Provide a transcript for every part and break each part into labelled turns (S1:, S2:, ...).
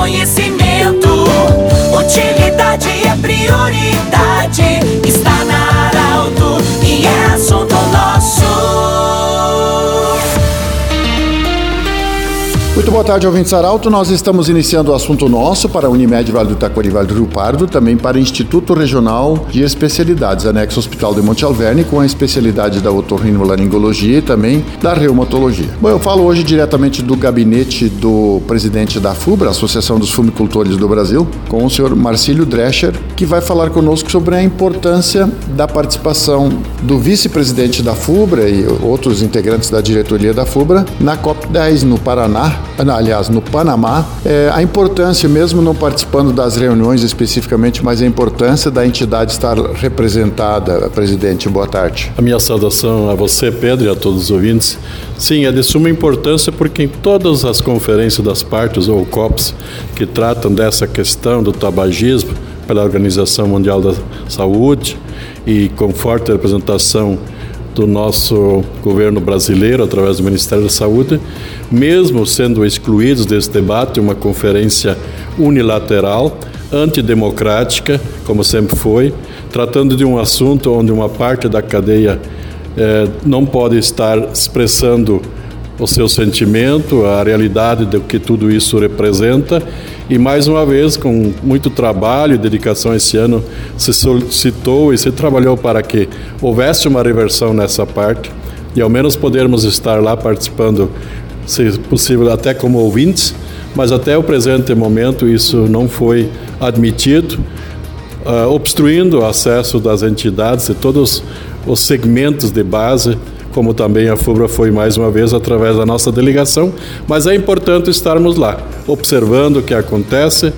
S1: conhecimento. Utilidade é prioridade. Está na Arauto e é assunto nosso.
S2: Muito boa tarde, ouvintes Arauto. Nós estamos iniciando o assunto nosso para a Unimed Vale do Taquari, Vale do Rio Pardo, também para o Instituto Regional de Especialidades, anexo Hospital de Monte Alverne, com a especialidade da otorrinolaringologia e também da reumatologia. Bom, eu falo hoje diretamente do gabinete do presidente da FUBRA, Associação dos Fumicultores do Brasil, com o senhor Marcílio Drescher, que vai falar conosco sobre a importância da participação do vice-presidente da FUBRA e outros integrantes da diretoria da FUBRA na COP10 no Paraná, aliás, no Panamá, a importância, mesmo não participando das reuniões especificamente, mas a importância da entidade estar representada. Presidente, boa tarde.
S3: A minha saudação a você, Pedro, e a todos os ouvintes. Sim, é de suma importância porque em todas as conferências das partes, ou COPs, que tratam dessa questão do tabagismo pela Organização Mundial da Saúde e com forte representação do nosso governo brasileiro, através do Ministério da Saúde, mesmo sendo excluídos desse debate, uma conferência unilateral, antidemocrática, como sempre foi, tratando de um assunto onde uma parte da cadeia não pode estar expressando o seu sentimento, a realidade do que tudo isso representa. E mais uma vez, com muito trabalho e dedicação esse ano, se solicitou e se trabalhou para que houvesse uma reversão nessa parte e ao menos podermos estar lá participando, se possível até como ouvintes, mas até o presente momento isso não foi admitido, obstruindo o acesso das entidades e todos os segmentos de base, como também a FUBRA foi mais uma vez através da nossa delegação, mas é importante estarmos lá, observando o que acontece,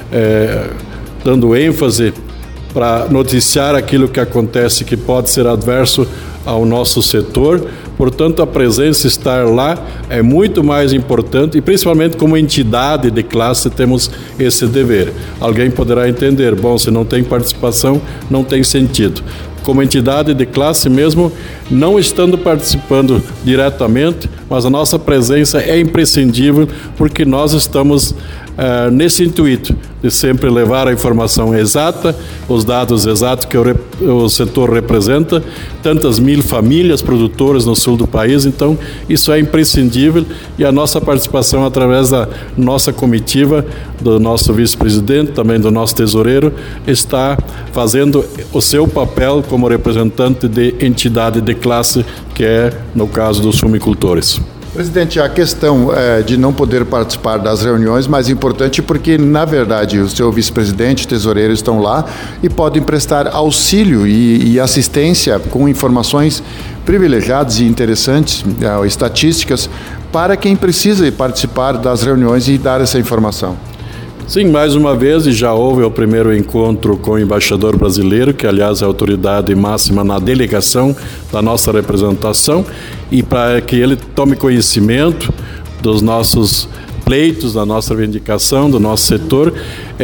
S3: dando ênfase para noticiar aquilo que acontece que pode ser adverso ao nosso setor. Portanto, a presença, estar lá, é muito mais importante e principalmente como entidade de classe temos esse dever. Alguém poderá entender, bom, se não tem participação, não tem sentido. Como entidade de classe mesmo, não estando participando diretamente, mas a nossa presença é imprescindível porque nós estamos nesse intuito de sempre levar a informação exata, os dados exatos que o setor representa, tantas mil famílias produtoras no sul do país, então isso é imprescindível e a nossa participação através da nossa comitiva, do nosso vice-presidente, também do nosso tesoureiro, está fazendo o seu papel como representante de entidade de classe, que é no caso dos fumicultores.
S2: Presidente, a questão de não poder participar das reuniões, mais importante porque, na verdade, o seu vice-presidente e tesoureiro estão lá e podem prestar auxílio e assistência com informações privilegiadas e interessantes, estatísticas, para quem precisa participar das reuniões e dar essa informação.
S3: Sim, mais uma vez, e já houve o primeiro encontro com o embaixador brasileiro, que aliás é a autoridade máxima na delegação da nossa representação, e para que ele tome conhecimento dos nossos pleitos, da nossa reivindicação, do nosso setor,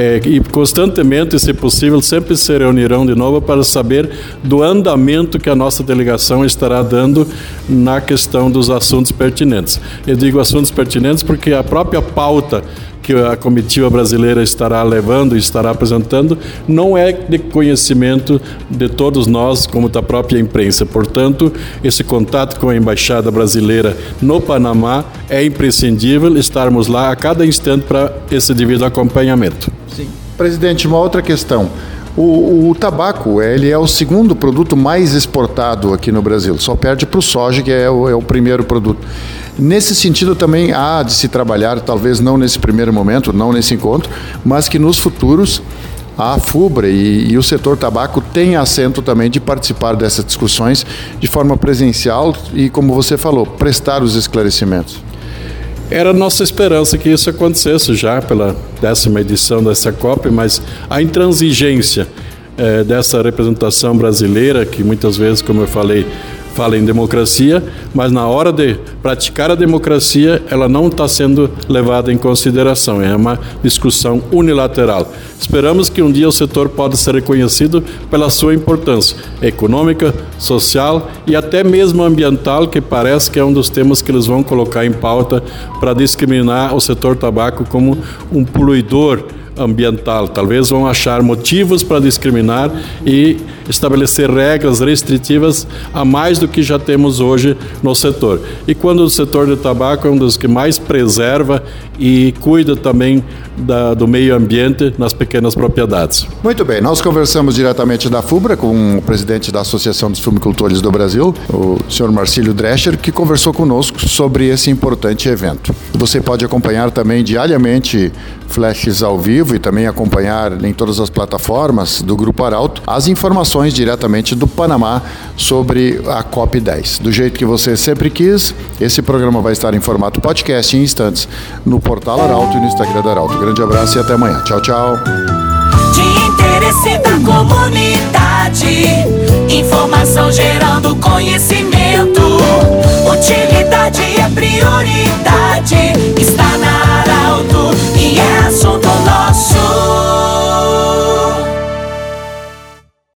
S3: e constantemente, se possível, sempre se reunirão de novo para saber do andamento que a nossa delegação estará dando na questão dos assuntos pertinentes. Eu digo assuntos pertinentes porque a própria pauta que a comitiva brasileira estará levando e estará apresentando não é de conhecimento de todos nós, como da própria imprensa. Portanto, esse contato com a Embaixada Brasileira no Panamá é imprescindível estarmos lá a cada instante para esse devido acompanhamento.
S2: Sim. Presidente, uma outra questão. O tabaco, ele é o segundo produto mais exportado aqui no Brasil, só perde para o soja, que é o primeiro produto. Nesse sentido também há de se trabalhar, talvez não nesse primeiro momento, não nesse encontro, mas que nos futuros a FUBRA e o setor tabaco tenha assento também de participar dessas discussões de forma presencial e, como você falou, prestar os esclarecimentos.
S3: Era nossa esperança que isso acontecesse já pela 10ª edição dessa COP, mas a intransigência dessa representação brasileira, que muitas vezes, como eu falei, fala em democracia, mas na hora de praticar a democracia, ela não está sendo levada em consideração. É uma discussão unilateral. Esperamos que um dia o setor possa ser reconhecido pela sua importância econômica, social e até mesmo ambiental, que parece que é um dos temas que eles vão colocar em pauta para discriminar o setor tabaco como um poluidor ambiental. Talvez vão achar motivos para discriminar e estabelecer regras restritivas a mais do que já temos hoje no setor. E quando o setor de tabaco é um dos que mais preserva e cuida também do meio ambiente nas pequenas propriedades.
S2: Muito bem, nós conversamos diretamente da FUBRA com o presidente da Associação dos Fumicultores do Brasil, o senhor Marcílio Drescher, que conversou conosco sobre esse importante evento. Você pode acompanhar também diariamente flashes ao vivo e também acompanhar em todas as plataformas do Grupo Arauto as informações diretamente do Panamá sobre a COP10. Do jeito que você sempre quis, esse programa vai estar em formato podcast em instantes no portal Arauto e no Instagram da Arauto. Grande abraço e até amanhã. Tchau, tchau.
S1: De interesse da comunidade, informação gerando conhecimento.